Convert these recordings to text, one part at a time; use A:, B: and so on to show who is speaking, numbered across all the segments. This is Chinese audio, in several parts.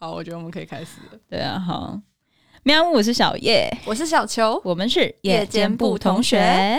A: 好，我觉得我们可以开始了。
B: 对啊，好。喵，我是小叶，
A: 我是小球，
B: 我们是夜间部同学。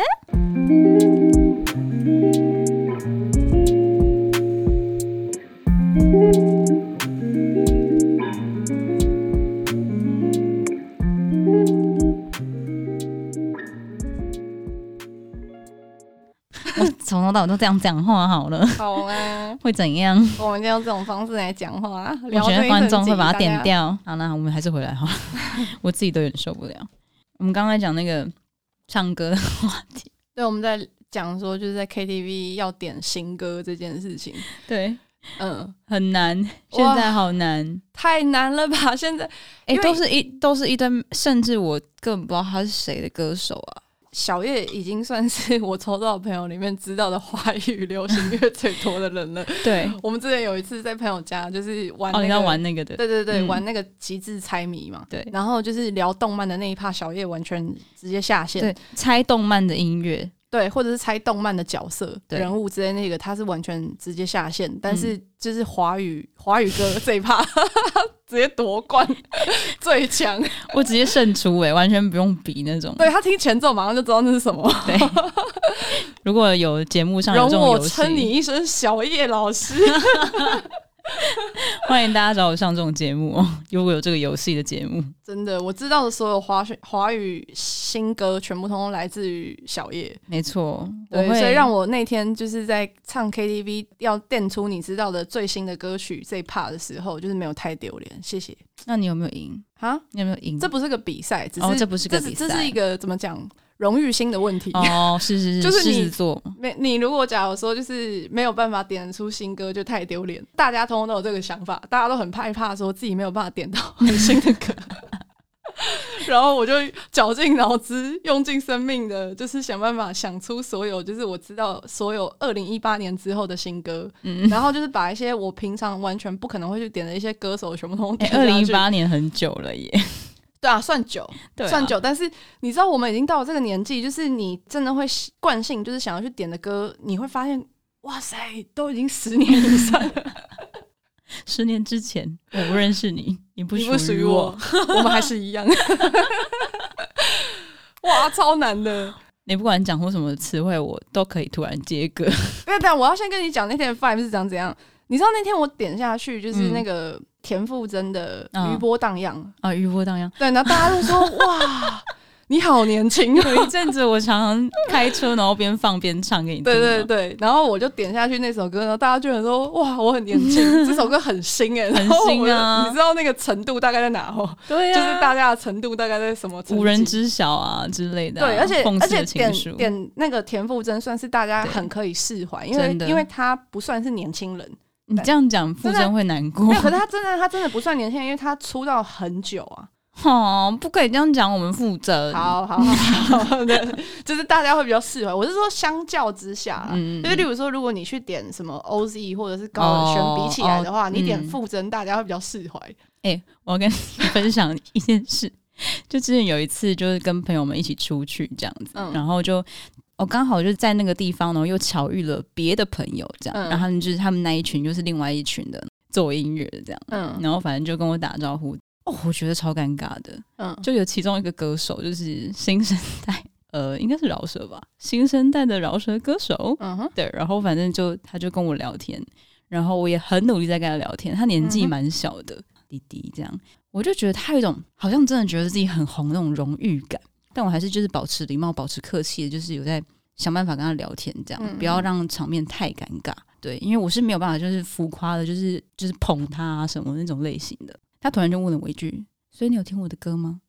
B: 我从头到尾都这样讲话好了。
A: 好啊，
B: 会怎样？
A: 我们就用这种方式来讲话啊。
B: 我觉得观众会把它点掉。好，那我们还是回来好了。我自己都有点受不了。我们刚才讲那个唱歌的话题，
A: 对，我们在讲说就是在 KTV 要点新歌这件事情。
B: 对，很难，现在好难，
A: 太难了吧？现在，
B: 都是一堆，甚至我根本不知道他是谁的歌手啊。
A: 小叶已经算是我抽到的朋友里面知道的华语流行乐最多的人了。
B: 对，
A: 我们之前有一次在朋友家，就是玩
B: 你要玩那个的，
A: 对，玩那个极致猜谜嘛。
B: 对，
A: 然后就是聊动漫的那一趴，小叶完全直接下线。
B: 对，猜动漫的音乐，
A: 对，或者是猜动漫的角色、人物之类那个，他是完全直接下线。但是就是华语歌这一趴直接夺冠最强，
B: 我直接胜出完全不用比那种。
A: 对，他听前奏马上就知道那是什么。对，
B: 如果有节目上有这种游戏，
A: 容我称你一声小叶老师。
B: 欢迎大家找我上这种节目如果有这个游戏的节目。
A: 真的，我知道的所有华语新歌全部通通来自于小叶。
B: 没错，
A: 对，所以让我那天就是在唱 KTV 要电出你知道的最新的歌曲这一 part 的时候，就是没有太丢脸，谢谢。
B: 那你有没有赢啊？你有没有赢？
A: 这不是个比赛，只是
B: 这不是个比赛，
A: 这是一个怎么讲？荣誉心的问题
B: 是
A: 就是
B: 狮子座。
A: 你如果假如说就是没有办法点出新歌，就太丢脸。大家通通都有这个想法，大家都很害怕说自己没有办法点到很新的歌。然后我就绞尽脑汁，用尽生命的，就是想办法想出所有，就是我知道所有2018年之后的新歌，然后就是把一些我平常完全不可能会去点的一一些歌手全部通通点下去。
B: 2018年很久了耶。
A: 对啊，算久，算久。但是你知道，我们已经到了这个年纪，就是你真的会惯性，就是想要去点的歌，你会发现，哇塞，都已经10年以上了。
B: 10年之前，我不认识你，你不属于
A: 我，我们还是一样。哇，超难的！
B: 你不管讲出什么词汇，我都可以突然接歌。
A: 对，我要先跟你讲那天的 vibe 是长怎样。你知道那天我点下去就是那个田馥甄的《余波荡漾》
B: 余波荡漾。
A: 对，然后大家都说哇，你好年轻。
B: 有一阵子我常常开车，然后边放边唱给你听。
A: 对，然后我就点下去那首歌，然后大家就很说哇，我很年轻，这首歌很新
B: 很新啊！
A: 你知道那个程度大概在哪
B: 对啊，
A: 就是大家的程度大概在什么程度？
B: 无人知晓啊之类的。
A: 对，而且
B: 点
A: 那个田馥甄算是大家很可以释怀，因为他不算是年轻人。
B: 你这样讲，馥甄会难过。
A: 可是他真的不算年轻人，因为他出道很久啊。
B: 不可以这样讲我们馥甄。
A: 好，就是大家会比较释怀。我是说，相较之下，就是例如说，如果你去点什么 OZ 或者是高尔宣比起来的话，你点馥甄，大家会比较释怀。
B: 我要跟你分享一件事，就之前有一次，就是跟朋友们一起出去这样子，然后就。我刚好就在那个地方，然后又巧遇了别的朋友，这样，然后他们那一群就是另外一群的做音乐的这样，然后反正就跟我打招呼，我觉得超尴尬的，就有其中一个歌手就是新生代，应该是饶舌吧，新生代的饶舌歌手，对，然后反正他就跟我聊天，然后我也很努力在跟他聊天，他年纪蛮小的，弟弟这样，我就觉得他有一种好像真的觉得自己很红那种荣誉感。但我还是就是保持礼貌，保持客气的，就是有在想办法跟他聊天，这样不要让场面太尴尬。对，因为我是没有办法就是浮夸的，就是捧他啊什么那种类型的。他突然就问了我一句：“所以你有听我的歌吗？”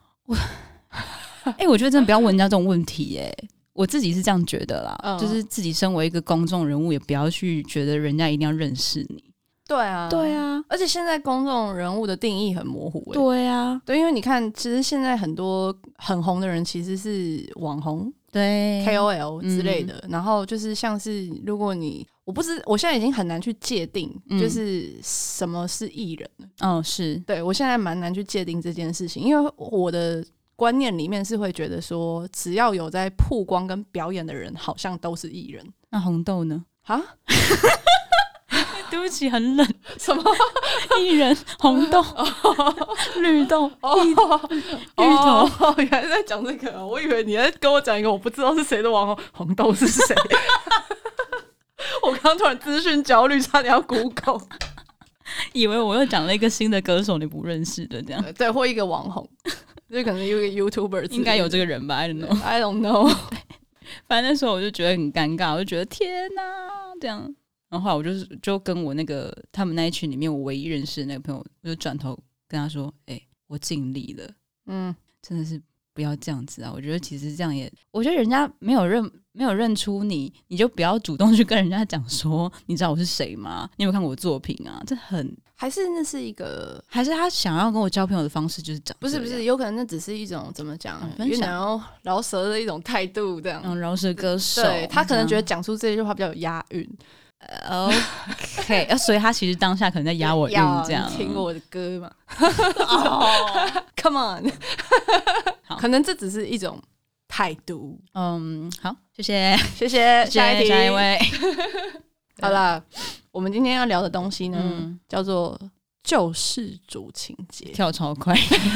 B: 我觉得真的不要问人家这种问题我自己是这样觉得啦，就是自己身为一个公众人物，也不要去觉得人家一定要认识你。
A: 对啊，而且现在公众人物的定义很模糊。
B: 对啊，
A: 对，因为你看，其实现在很多很红的人其实是网红，
B: 对
A: KOL 之类的，然后就是像是如果我现在已经很难去界定，就是什么是艺人了。
B: 是，
A: 对，我现在蛮难去界定这件事情，因为我的观念里面是会觉得说，只要有在曝光跟表演的人，好像都是艺人。
B: 那红豆呢？ 对不起，很冷。
A: 什么？
B: 薏仁、红豆、绿豆、芋头。
A: 原来在讲这个，我以为你在跟我讲一个我不知道是谁的网红。红豆是谁？我刚突然资讯焦虑，差点要 Google，
B: 以为我又讲了一个新的歌手你不认识的这样。
A: 对，或一个网红，就可能有一个 YouTuber，
B: 应该有这个人吧 ？I
A: don't know。
B: 反正那时候我就觉得很尴尬，我就觉得天哪，这样。然后后来我就跟我那个他们那一群里面我唯一认识的那个朋友，我就转头跟他说：“我尽力了，真的是不要这样子啊！我觉得其实这样也，我觉得人家没有认出你，你就不要主动去跟人家讲说，你知道我是谁吗？你有没有看过我作品啊？这很
A: 还是那是一个，
B: 还是他想要跟我交朋友的方式就是长这样，
A: 不是，有可能那只是一种怎么讲，分享饶舌的一种态度，这样，
B: 饶舌歌手，
A: 对他可能觉得讲出这句话比较有押韵。
B: OK， 所以他其实当下可能在押我韵，这样。
A: 你听过我的歌吗？Come on， 可能这只是一种态度。
B: 好，谢谢，
A: 下一
B: 位。
A: 好了，我们今天要聊的东西呢，叫做救世主情节。
B: 跳超快。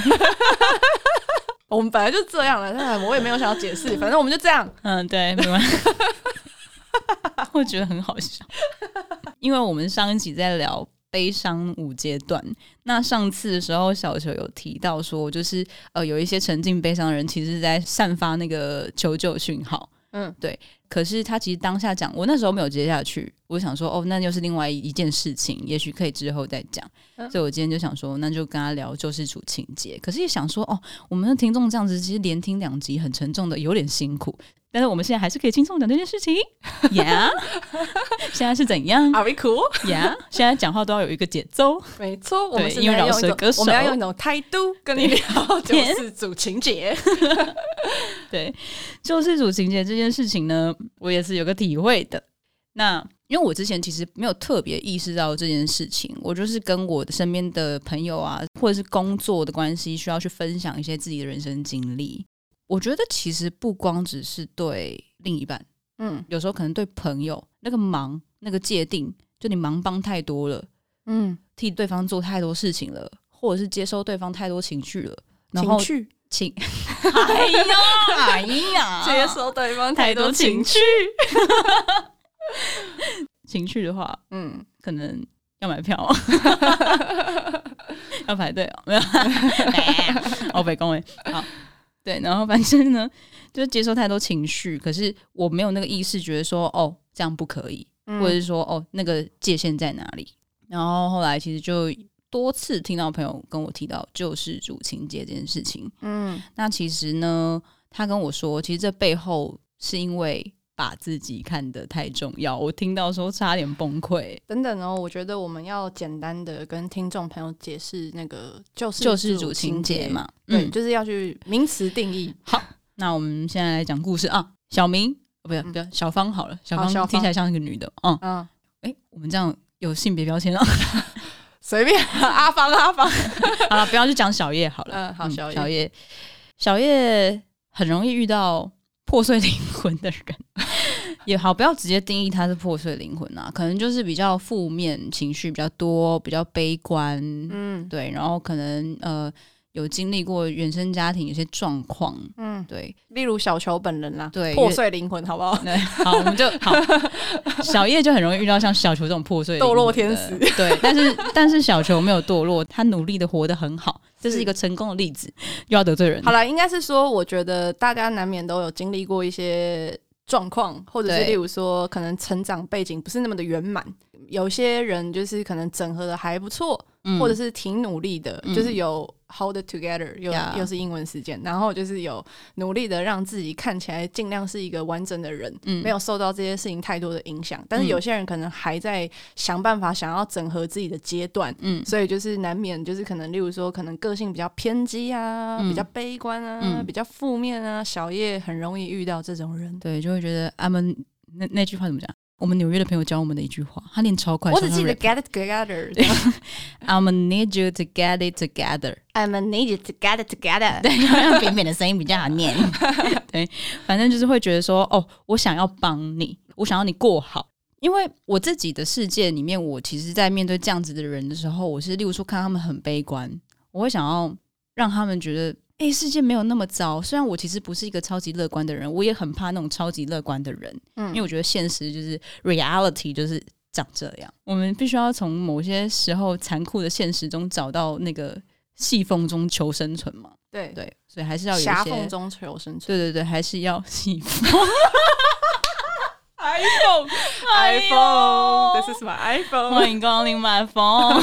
A: 我们本来就这样了，但我也没有想要解释，反正我们就这样。
B: 对，没关系。我觉得很好笑，因为我们上一集在聊悲伤5阶段，那上次的时候小球有提到说，就是有一些沉浸悲伤的人其实是在散发那个求救讯号，对。可是他其实当下讲，我那时候没有接下去，我想说那又是另外一件事情，也许可以之后再讲。所以我今天就想说，那就跟他聊救世主情节。可是也想说，我们的听众这样子，其实连听2集很沉重的，有点辛苦。但是我们现在还是可以轻松讲这件事情，Yeah 现在是怎样
A: ？Are we cool？
B: Yeah 现在讲话都要有一个节奏，
A: 没错，我们是
B: 因为饶舌歌手，
A: 我们要用一种态度跟你聊救世主情节。
B: 对，救世主情节这件事情呢，我也是有个体会的。那因为我之前其实没有特别意识到这件事情，我就是跟我身边的朋友啊，或者是工作的关系，需要去分享一些自己的人生经历。我觉得其实不光只是对另一半，有时候可能对朋友那个忙那个界定，就你忙帮太多了，替对方做太多事情了，或者是接收对方太多情绪了，然后哎呀，
A: 接收对方太多情绪，
B: 情绪的话，可能要买票，要排队没有，北宫好。对，然后反正呢，就是接受太多情绪，可是我没有那个意识，觉得说这样不可以，或者是说那个界限在哪里。然后后来其实就多次听到朋友跟我提到救世主情节这件事情。那其实呢，他跟我说，其实这背后是因为把自己看得太重要，我听到说差点崩溃。
A: 等等我觉得我们要简单的跟听众朋友解释那个救世主情节嘛，对，就是要去名词定义。
B: 好，那我们现在来讲故事啊。小明，不要小芳好了，小芳听起来像一个女的，我们这样有性别标签了，
A: 随便阿芳，
B: 好了，不要去讲小叶好了。
A: 好，
B: 小叶很容易遇到破碎灵魂的人也好，不要直接定义他是破碎灵魂啊，可能就是比较负面情绪比较多，比较悲观，对，然后可能有经历过原生家庭有些状况，对，
A: 例如小球本人啦，
B: 对，
A: 破碎灵魂，好不好？
B: 对，好，我们就好。小叶就很容易遇到像小球这种破碎灵魂
A: 堕落天使，
B: 对，但是小球没有堕落，他努力的活得很好，这是一个成功的例子。又要得罪人，
A: 好啦，应该是说，我觉得大家难免都有经历过一些状况，或者是例如说，可能成长背景不是那么的圆满，有些人就是可能整合的还不错，或者是挺努力的，就是有 hold it together， 又是英文事件，然后就是有努力的让自己看起来尽量是一个完整的人，没有受到这些事情太多的影响。但是有些人可能还在想办法想要整合自己的阶段，所以就是难免就是可能例如说可能个性比较偏激啊，比较悲观啊，比较负面啊，小叶很容易遇到这种人，
B: 对，就会觉得那句话怎么讲？我们纽约的朋友教我们的一句话，他念超快，
A: 我只记得 get it together。
B: I'ma need you to get it together。
A: I'ma need you to get it together。
B: 对，要用扁扁的声音比较好念。对，反正就是会觉得说我想要帮你，我想要你过好，因因为我自己的世界里面，我其实在面对这样子的人的时候，我是例如说看他们很悲观，我会想要让他们觉得世界没有那么糟。虽然我其实不是一个超级乐观的人，我也很怕那种超级乐观的人，因为我觉得现实就是 reality 就是长这样，我们必须要从某些时候残酷的现实中找到那个细缝中求生存嘛。
A: 对
B: 对，所以还是要有一些
A: 狭缝中求生存。
B: 对对对，还是要细缝。
A: iPhone，This is my iPhone。
B: 欢迎光临 my phone。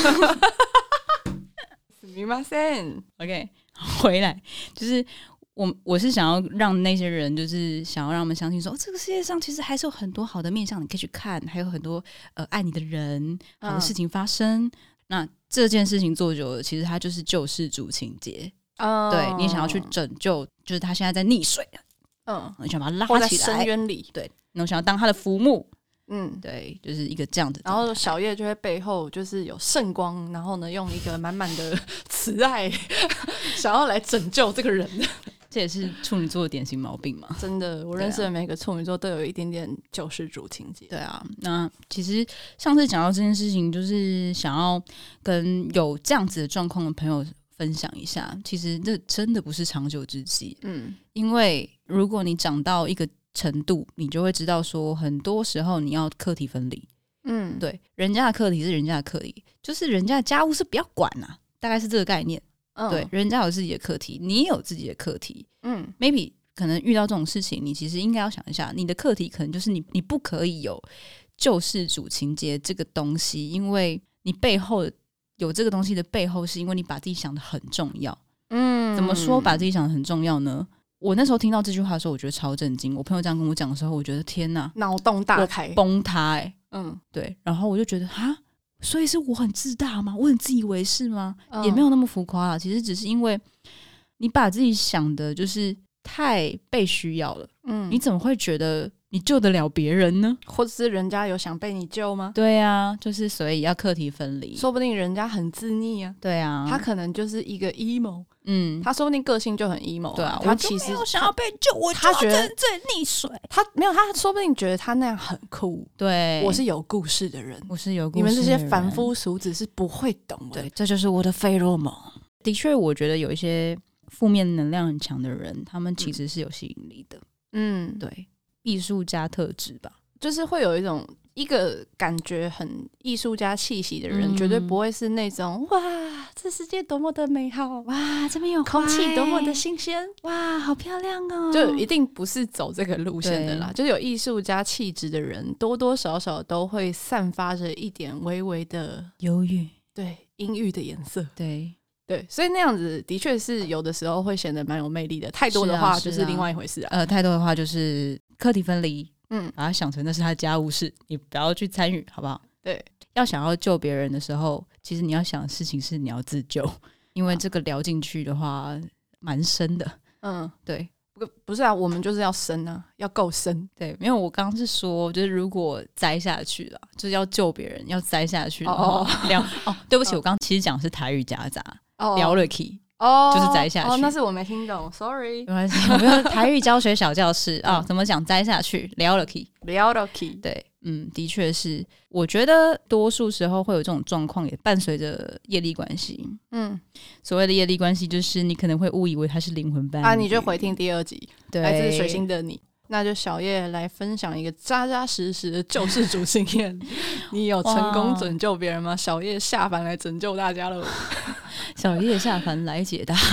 A: すみません。
B: OK， 回来就是我是想要让那些人，就是想要让他们相信说，这个世界上其实还是有很多好的面向你可以去看，还有很多爱你的人，好的事情发生。那这件事情做久了，其实它就是救世主情节。对，你想要去拯救，就是他现在在溺水，你想把他拉起来，
A: 或在深渊里，
B: 对，我想要当他的浮木。对，就是一个这样子。
A: 然后小叶就会背后就是有圣光，然后呢用一个满满的慈爱想要来拯救这个人。
B: 这也是处女座的典型毛病嘛。
A: 真的，我认识的每个处女座都有一点点救世主情节。
B: 对啊，那其实上次讲到这件事情，就是想要跟有这样子的状况的朋友分享一下，其实这真的不是长久之计。因为如果你长到一个程度，你就会知道说，很多时候你要课题分离。对，人家的课题是人家的课题，就是人家的家务是不要管啊，大概是这个概念。对，人家有自己的课题，你也有自己的课题。maybe 可能遇到这种事情，你其实应该要想一下，你的课题可能就是你不可以有救世主情节这个东西，因为你背后有这个东西的背后，是因为你把自己想得很重要。怎么说把自己想得很重要呢？我那时候听到这句话的时候，我觉得超震惊。我朋友这样跟我讲的时候，我觉得天哪，
A: 脑洞大开，
B: 崩塌对，然后我就觉得所以是我很自大吗？我很自以为是吗？也没有那么浮夸啦，其实只是因为你把自己想的就是太被需要了。你怎么会觉得你救得了别人呢？
A: 或者是人家有想被你救吗？
B: 对啊，就是所以要课题分离。
A: 说不定人家很自溺啊。
B: 对啊，
A: 他可能就是一个 emo。他说不定个性就很 emo。
B: 对啊，
A: 他其实
B: 我想要被救，我
A: 他觉得
B: 在溺水。
A: 他没有，他说不定觉得他那样很酷。
B: 对，
A: 我是有故事的人，
B: 我是有故事的人，
A: 你们这些凡夫俗子是不会懂的。
B: 对，这就是我的费洛蒙。的确，我觉得有一些负面能量很强的人，他们其实是有吸引力的。对，艺术家特质吧，
A: 就是会有一个感觉很艺术家气息的人，绝对不会是那种哇，这世界多么的美好，
B: 哇，这边有
A: 空气多么的新鲜，
B: 哇，好漂亮哦，
A: 就一定不是走这个路线的啦。就是有艺术家气质的人，多多少少都会散发着一点微微的
B: 忧郁，
A: 对，阴郁的颜色，
B: 对，
A: 所以那样子的确是有的时候会显得蛮有魅力的。太多的话就是另外一回事啊。
B: 太多的话就是课题分离。把它想成那是他的家务事，你不要去参与，好不好？
A: 对，
B: 要想要救别人的时候，其实你要想的事情是你要自救，因为这个聊进去的话蛮深的。对，
A: 不是啊，我们就是要深啊，要够深。
B: 对，因为我刚刚是说，就是如果栽下去了，就是要救别人，要栽下去的话，对不起，我刚刚其实讲的是台语夹杂，聊了 key。就是栽下去。
A: 那是我没听懂 ，sorry。
B: 没关系，我们有台语教学小教室怎么讲栽下去？聊了 key， 对，的确是，我觉得多数时候会有这种状况，也伴随着业力关系。所谓的业力关系，就是你可能会误以为他是灵魂伴侣
A: 你就回听第2集，
B: 对，
A: 来自水星的你。那就小叶来分享一个扎扎实实的救世主经验。你有成功拯救别人吗？小叶下凡来拯救大家了。
B: 小叶下凡来解答。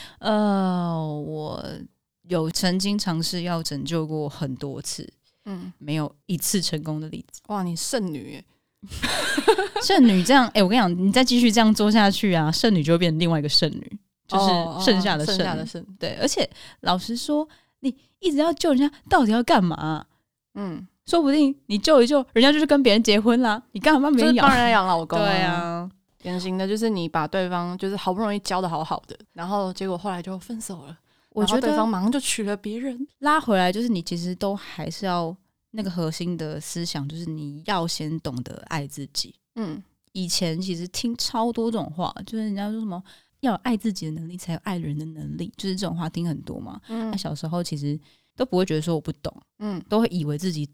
B: 我有曾经尝试要拯救过很多次，没有一次成功的例子。
A: 哇，你圣女耶！
B: 圣女这样，我跟你讲，你再继续这样做下去啊，圣女就会变成另外一个圣女，就是剩下的圣。对，而且老实说，你一直要救人家，到底要干嘛？说不定你救一救，人家就是跟别人结婚啦，你干嘛帮别人养？
A: 就是帮人家养老公。
B: 对啊，
A: 典型的就是你把对方就是好不容易教的好好的，然后结果后来就分手了。我觉得对方马上就娶了别人。
B: 拉回来就是你其实都还是要那个核心的思想，就是你要先懂得爱自己。以前其实听超多这种话，就是人家说什么要有爱自己的能力才有爱人的能力，就是这种话听很多嘛。那小时候其实都不会觉得说我不懂，都会以为自己懂，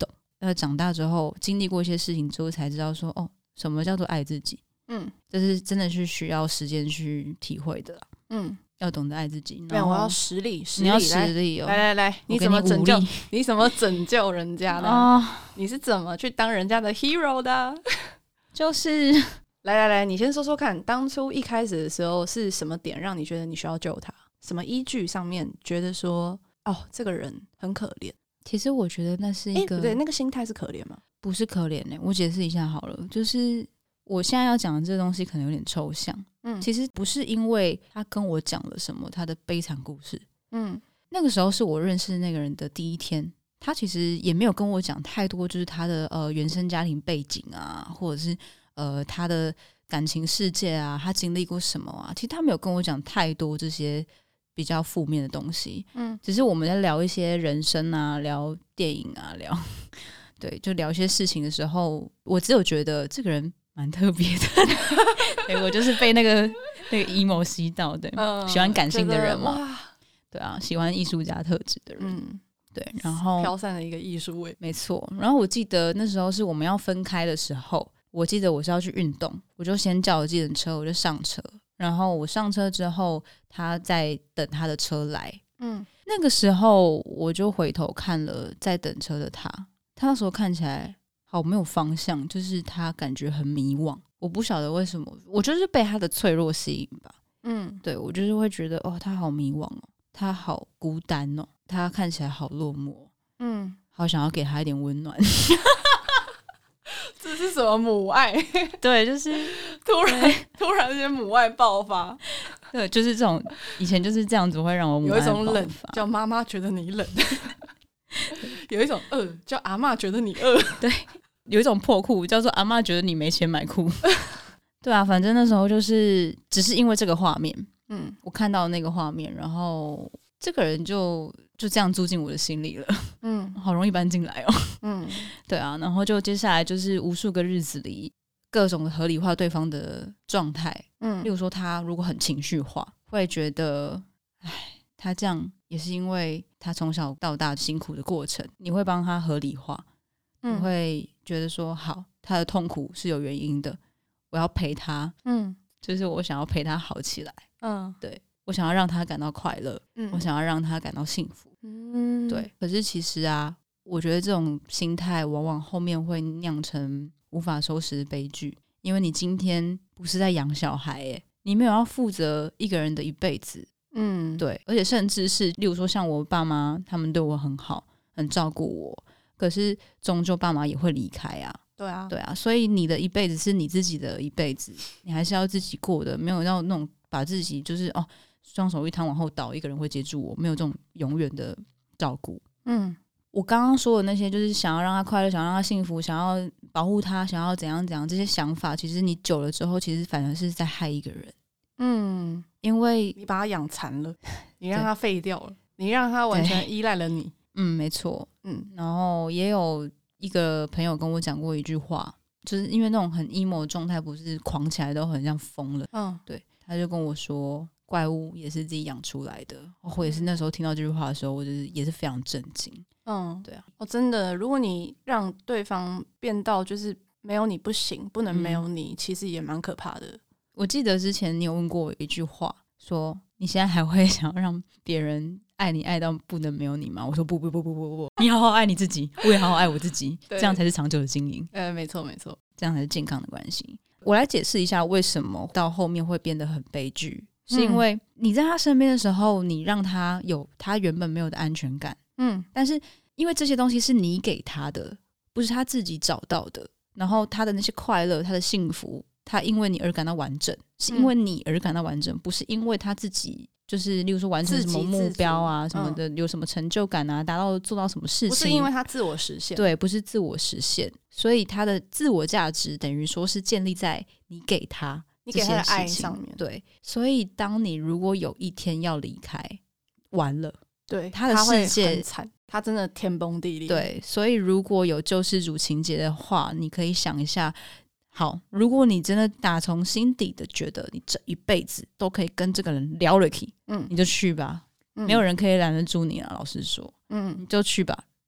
B: 长大之后经历过一些事情之后才知道说什么叫做爱自己。这是真的是需要时间去体会的啦。要懂得爱自己。
A: 没有，我要实力，
B: 你要实力哦。
A: 来，你怎么拯救？你怎么拯救人家的？你是怎么去当人家的 hero 的？
B: 就是
A: 来，你先说说看，当初一开始的时候是什么点让你觉得你需要救他？什么依据上面觉得说这个人很可怜？
B: 其实我觉得那是一个，
A: 不对，那个心态是可怜吗？
B: 不是可怜我解释一下好了，就是我现在要讲的这个东西可能有点抽象。其实不是因为他跟我讲了什么他的悲惨故事。那个时候是我认识那个人的第一天，他其实也没有跟我讲太多，就是他的原生家庭背景啊，或者是他的感情世界啊，他经历过什么啊，其实他没有跟我讲太多这些比较负面的东西。只是我们在聊一些人生啊，聊电影啊，对，就聊一些事情的时候，我只有觉得这个人蛮特别的。对，我就是被那个 emo 吸到的。喜欢感性的人嘛。对啊，喜欢艺术家特质的人。对，然后
A: 飘散了一个艺术味。
B: 没错。然后我记得那时候是我们要分开的时候，我记得我是要去运动，我就先叫了计程车，我就上车，然后我上车之后他在等他的车来。那个时候我就回头看了在等车的他那时候看起来好没有方向，就是他感觉很迷惘。我不晓得为什么，我就是被他的脆弱吸引吧。对，我就是会觉得他好迷惘他好孤单他看起来好落寞。好想要给他一点温暖。
A: 这是什么母爱？
B: 对，就是
A: 突然这些母爱爆发。
B: 对，就是这种以前就是这样子会让我母爱爆发。
A: 有一种冷叫妈妈觉得你冷。有一种饿叫阿嬷觉得你饿。
B: 对，有一种破裤叫做阿嬷觉得你没钱买裤。对啊，反正那时候就是只是因为这个画面，我看到那个画面，然后这个人就这样住进我的心里了。好容易搬进来对啊，然后就接下来就是无数个日子里各种合理化对方的状态。例如说他如果很情绪化，会觉得他这样也是因为他从小到大辛苦的过程，你会帮他合理化。你会觉得说好，他的痛苦是有原因的，我要陪他。就是我想要陪他好起来。对，我想要让他感到快乐。我想要让他感到幸福。对，可是其实啊，我觉得这种心态往往后面会酿成无法收拾的悲剧。因为你今天不是在养小孩你没有要负责一个人的一辈子。对，而且甚至是例如说像我爸妈，他们对我很好，很照顾我，可是终究爸妈也会离开啊。
A: 对啊，
B: 所以你的一辈子是你自己的一辈子，你还是要自己过的，没有要那种把自己就是双手一摊往后倒，一个人会接住我，没有这种永远的照顾。我刚刚说的那些就是想要让他快乐，想要让他幸福，想要保护他，想要怎样怎样，这些想法其实你久了之后其实反而是在害一个人。因为
A: 你把他养残了，你让他废掉了，你让他完全依赖了你。
B: 没错。然后也有一个朋友跟我讲过一句话，就是因为那种很 emo 的状态不是狂起来都很像疯了。对，他就跟我说怪物也是自己养出来的。我也是那时候听到这句话的时候，我就是也是非常震惊。对啊。
A: 真的，如果你让对方变到就是没有你不行，不能没有你，其实也蛮可怕的。
B: 我记得之前你有问过我一句话，说你现在还会想要让别人爱你爱到不能没有你吗？我说不，你好好爱你自己，我也好好爱我自己，这样才是长久的经营。
A: 没错，
B: 这样才是健康的关系。我来解释一下为什么到后面会变得很悲剧，是因为你在他身边的时候，你让他有他原本没有的安全感。但是因为这些东西是你给他的，不是他自己找到的，然后他的那些快乐，他的幸福，他因为你而感到完整，是因为你而感到完整，不是因为他自己就是例如说完成什么目标啊什么的，有什么成就感啊，做到什么事情，不
A: 是因为他自我实现。
B: 对，不是自我实现，所以他的自我价值等于说是建立在你给他的爱上面。对，所以当你如果有一天要离开，完了，
A: 对，
B: 他的世界
A: 很惨，他真的天崩地裂。
B: 对，所以如果有救世主情节的话，你可以想一下，好，如果你真的打从心底的觉得你这一辈子都可以跟这个人聊了起，你就去吧。没有人可以拦得住你啊，老实说。你就去吧，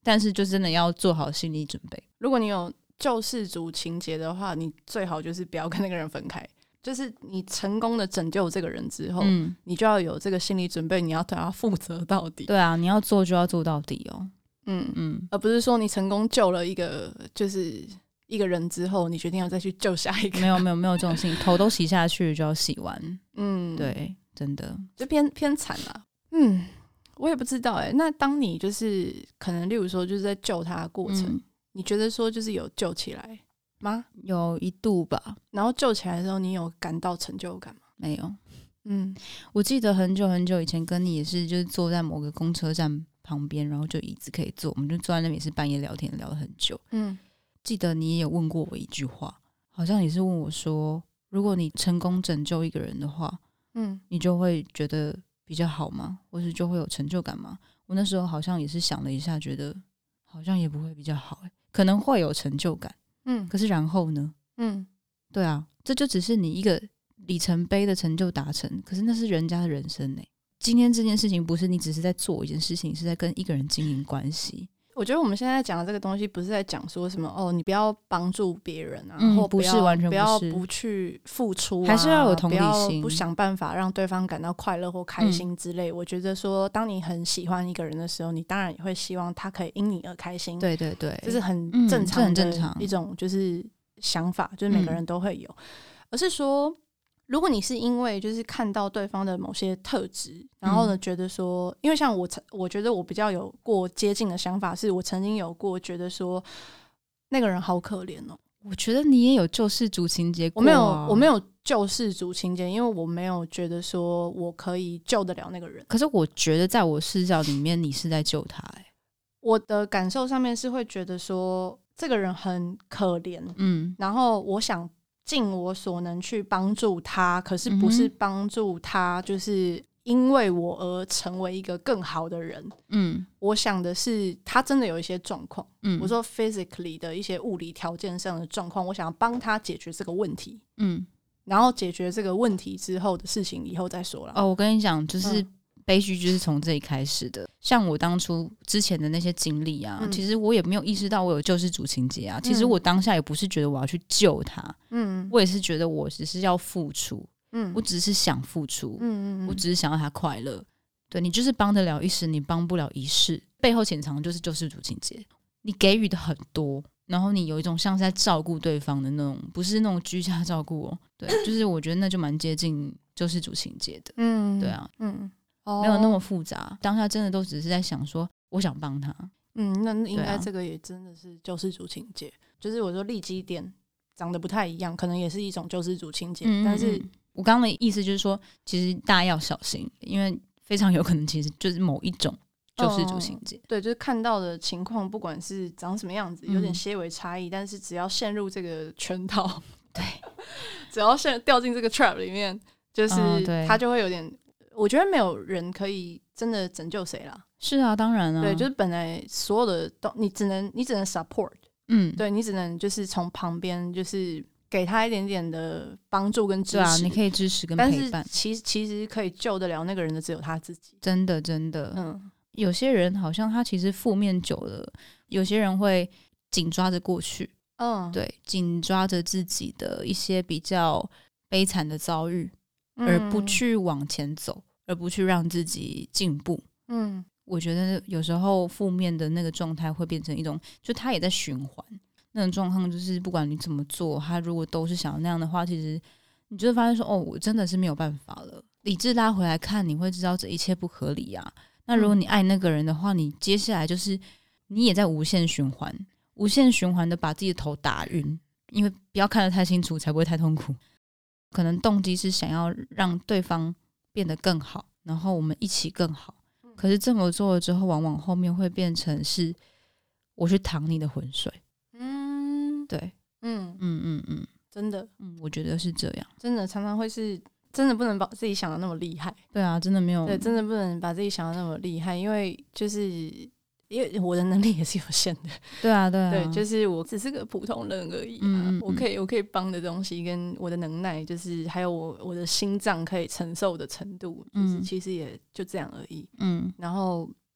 B: 但是就真的要做好心理准备。
A: 如果你有救世主情节的话，你最好就是不要跟那个人分开，就是你成功的拯救这个人之后，你就要有这个心理准备，你要对他负责到底。
B: 对啊，你要做就要做到底哦。
A: 而不是说你成功救了一个人之后，你决定要再去救下一个。
B: 没有这种事情，头都洗下去就要洗完。对，真的
A: 就偏惨啦。我也不知道那当你就是可能例如说就是在救他的过程，你觉得说就是有救起来吗？
B: 有一度吧。
A: 然后救起来的时候，你有感到成就感吗？
B: 没有。我记得很久很久以前跟你也是，就是坐在某个公车站旁边，然后就椅子可以坐，我们就坐在那边也是半夜聊天，聊了很久。记得你也有问过我一句话，好像也是问我说，如果你成功拯救一个人的话，你就会觉得比较好吗？或是就会有成就感吗？我那时候好像也是想了一下，觉得好像也不会比较好可能会有成就感，可是然后呢？对啊，这就只是你一个里程碑的成就达成，可是那是人家的人生今天这件事情不是你只是在做一件事情，是在跟一个人经营关系。
A: 我觉得我们现在讲的这个东西不是在讲说什么你不要帮助别人啊，或
B: 不是，完全
A: 不要不去付出
B: 还是要有同理心，
A: 不想办法让对方感到快乐或开心之类。我觉得说当你很喜欢一个人的时候，你当然也会希望他可以因你而开心。
B: 对，
A: 这是很正常的一种就是想法，就是每个人都会有。而是说如果你是因为就是看到对方的某些特质，然后呢觉得说，因为像我觉得我比较有过接近的想法，是我曾经有过觉得说那个人好可怜
B: 我觉得你也有救世主情节过
A: 我没有救世主情节，因为我没有觉得说我可以救得了那个人。
B: 可是我觉得在我视角里面，你是在救他
A: 我的感受上面是会觉得说这个人很可怜，然后我想尽我所能去帮助他，可是不是帮助他就是因为我而成为一个更好的人。我想的是他真的有一些状况，我说 physically 的一些物理条件上的状况，我想要帮他解决这个问题。然后解决这个问题之后的事情以后再说了。
B: 我跟你讲，就是悲剧就是从这里开始的。像我当初之前的那些经历啊，其实我也没有意识到我有救世主情节啊。其实我当下也不是觉得我要去救他，我也是觉得我只是要付出，我只是想付出，我只是想要他快乐。对，你就是帮得了一时，你帮不了一世，背后潜藏就是救世主情节。你给予的很多，然后你有一种像是在照顾对方的那种，不是那种居家照顾对，就是我觉得那就蛮接近救世主情节的。对啊，没有那么复杂，当下真的都只是在想说我想帮他。
A: 那应该这个也真的是救世主情节，就是我说立基点长得不太一样，可能也是一种救世主情节。但是
B: 我刚刚的意思就是说，其实大家要小心，因为非常有可能其实就是某一种救世主情节。
A: 对，就是看到的情况不管是长什么样子，有点些微差异，但是只要陷入这个圈套，
B: 对，
A: 只要掉进这个 trap 里面，就是他就会有点，我觉得没有人可以真的拯救谁啦。
B: 是啊，当然啊，
A: 对，就是本来所有的都你只能 support，对，你只能就是从旁边就是给他一点点的帮助跟支持。
B: 对啊，你可以支持跟陪伴，
A: 但是其实可以救得了那个人的只有他自己。
B: 真的有些人好像他其实负面久了，有些人会紧抓着过去，对，紧抓着自己的一些比较悲惨的遭遇，而不去往前走，而不去让自己进步。我觉得有时候负面的那个状态会变成一种，就他也在循环那种状况，就是不管你怎么做，他如果都是想要那样的话，其实你就会发现说，我真的是没有办法了。理智拉回来看，你会知道这一切不合理啊。那如果你爱那个人的话，你接下来就是你也在无限循环的把自己的头打晕，因为不要看得太清楚，才不会太痛苦。可能动机是想要让对方变得更好，然后我们一起更好。可是这么做了之后，往往后面会变成是我去淌你的浑水。对，真的， 我觉得是这样，
A: 真的常常会是。真的不能把自己想的那么厉害。
B: 对啊，真的没有。
A: 对，真的不能把自己想的那么厉害，因为我的能力也是有限的。
B: 对啊，
A: 对，就是我只是个普通人而已我可以帮的东西跟我的能耐，就是还有我的心脏可以承受的程度，就是其实也就这样而已。然后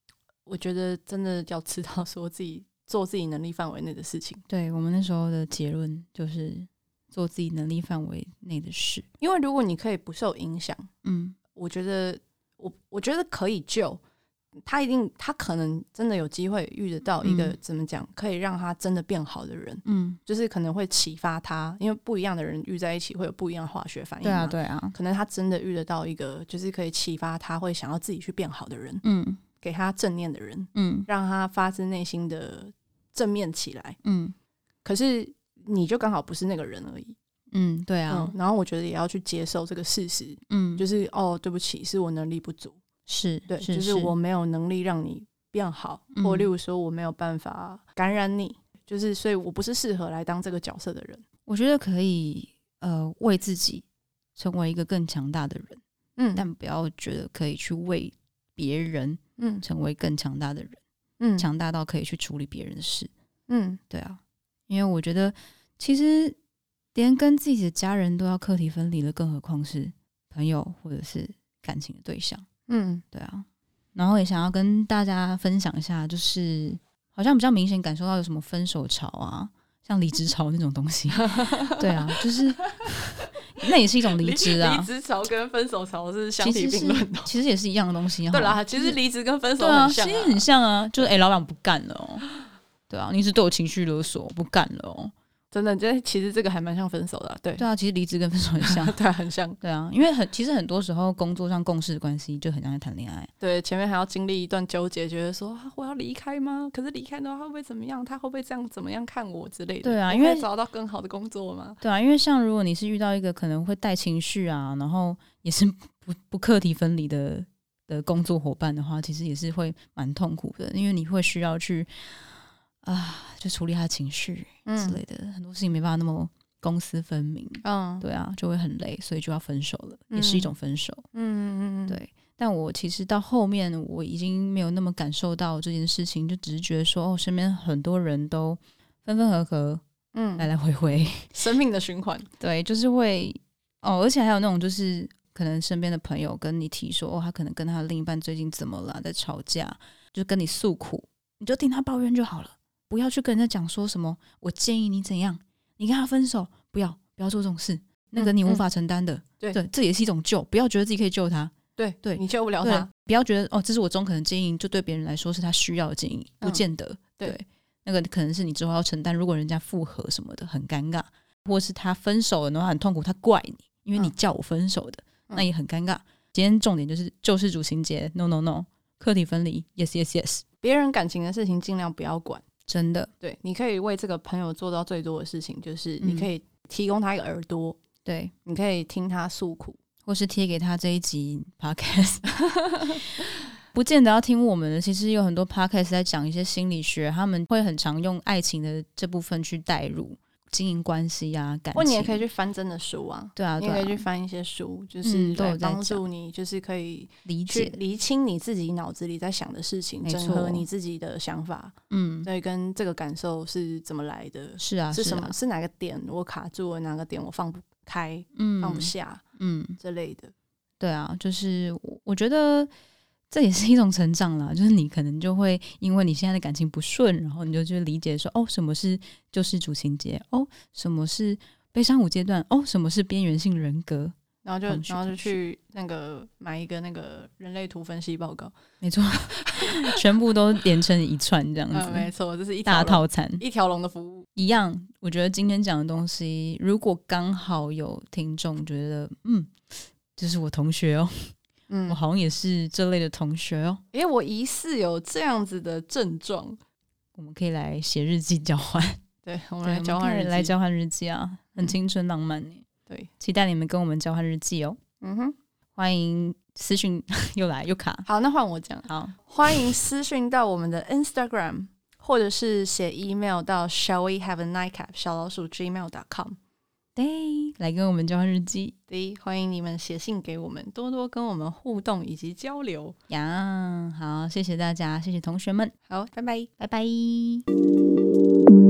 A: 我觉得真的要知道说自己做自己能力范围内的事情。
B: 对，我们那时候的结论就是做自己能力范围内的事，
A: 因为如果你可以不受影响，我觉得可以救他可能真的有机会遇得到一个怎么讲可以让他真的变好的人，就是可能会启发他，因为不一样的人遇在一起会有不一样的化学反应嘛，
B: 对啊，
A: 可能他真的遇得到一个就是可以启发他会想要自己去变好的人，给他正念的人，让他发自内心的正面起来，可是你就刚好不是那个人而已，
B: 对啊，
A: 然后我觉得也要去接受这个事实，就是对不起，是我能力不足，对，就是我没有能力让你变好，或例如说我没有办法感染你，就是所以我不是适合来当这个角色的人。
B: 我觉得可以为自己成为一个更强大的人，但不要觉得可以去为别人成为更强大的人，强大到可以去处理别人的事，对啊，因为我觉得其实连跟自己的家人都要课题分离了，更何况是朋友或者是感情的对象，对啊。然后也想要跟大家分享一下，就是好像比较明显感受到有什么分手潮啊，像离职潮那种东西，对啊，就是那也是一种离职啊。
A: 离职潮跟分手潮是相提并论的，
B: 其实也是一样的东西。
A: 对啦，其实离职跟分手
B: 很像，其实很像啊，就是老板不干了哦，对啊，你一直对我情绪勒索，不干了哦。
A: 真的，其实这个还蛮像分手的，对
B: 啊，其实离职跟分手很像，
A: 对，很像，
B: 对啊，因为其实很多时候工作上共事的关系就很像在谈恋爱，
A: 对，前面还要经历一段纠结，觉得说我要离开吗？可是离开的话会不会怎么样？他会不会这样怎么样看我之类的？
B: 对啊，因为
A: 找到更好的工作吗？
B: 对啊，因为像如果你是遇到一个可能会带情绪啊，然后也是不课题分离的工作伙伴的话，其实也是会蛮痛苦的，因为你会需要去就处理他的情绪之类的，很多事情没办法那么公私分明，对啊，就会很累，所以就要分手了，也是一种分手，对。但我其实到后面我已经没有那么感受到这件事情，就只是觉得说身边很多人都分分合合，来来回回，
A: 生命的循环，
B: 对，就是会而且还有那种就是可能身边的朋友跟你提说他可能跟他的另一半最近怎么了，在吵架，就跟你诉苦，你就听他抱怨就好了，不要去跟人家讲说什么我建议你怎样，你跟他分手，不要做这种事，那个你无法承担的，对，这也是一种救，不要觉得自己可以救他，对，
A: 你救不了他，
B: 不要觉得这是我中肯的建议，就对别人来说是他需要的建议，不见得，对，那个可能是你之后要承担，如果人家复合什么的很尴尬，或是他分手了然后很痛苦，他怪你，因为你叫我分手的，那也很尴尬。今天重点就是救世主情节 ，no， 课题分离 ，yes，
A: 别人感情的事情尽量不要管。
B: 真的，
A: 对，你可以为这个朋友做到最多的事情，就是你可以提供他一个耳朵，
B: 对，
A: 你可以听他诉苦，
B: 或是贴给他这一集 podcast 不见得要听我们的，其实有很多 podcast 在讲一些心理学，他们会很常用爱情的这部分去带入经营关系啊，感情，
A: 或你也可以去翻真的书啊，
B: 对啊，
A: 你也可以去翻一些书，就是来帮助你，就是可以
B: 理解
A: 厘清你自己脑子里在想的事情，整合你自己的想法，对，跟这个感受是怎么来的，
B: 是啊，
A: 是什么，是哪个点我卡住了，哪个点我放不开，放不下，之类的，对
B: 啊，就是我觉得这也是一种成长啦，就是你可能就会因为你现在的感情不顺，然后你就去理解说什么是救世主情节，什么是悲伤5阶段，什么是边缘性人格，
A: 然后就去那个买一个那个人类图分析报告，
B: 没错全部都连成一串这样子，
A: 没错，这是一
B: 大套餐，
A: 一条龙的服务
B: 一样。我觉得今天讲的东西，如果刚好有听众觉得这是我同学我好像也是这类的同学
A: 因为我疑似有这样子的症状，
B: 我们可以来写日记交换，
A: 对，我们来交换日记，
B: 来交换日记啊，很青春浪漫耶，
A: 对，
B: 期待你们跟我们交换日记欢迎私讯又来又卡，
A: 好，那换我讲，
B: 好，
A: 欢迎私讯到我们的 Instagram 或者是写 email 到 shall we have a nightcap 小老鼠 gmail.com，
B: 对，来跟我们交换日记，
A: 对，欢迎你们写信给我们，多多跟我们互动以及交流
B: 呀。好，谢谢大家，谢谢同学们，
A: 好，拜拜，
B: 拜拜。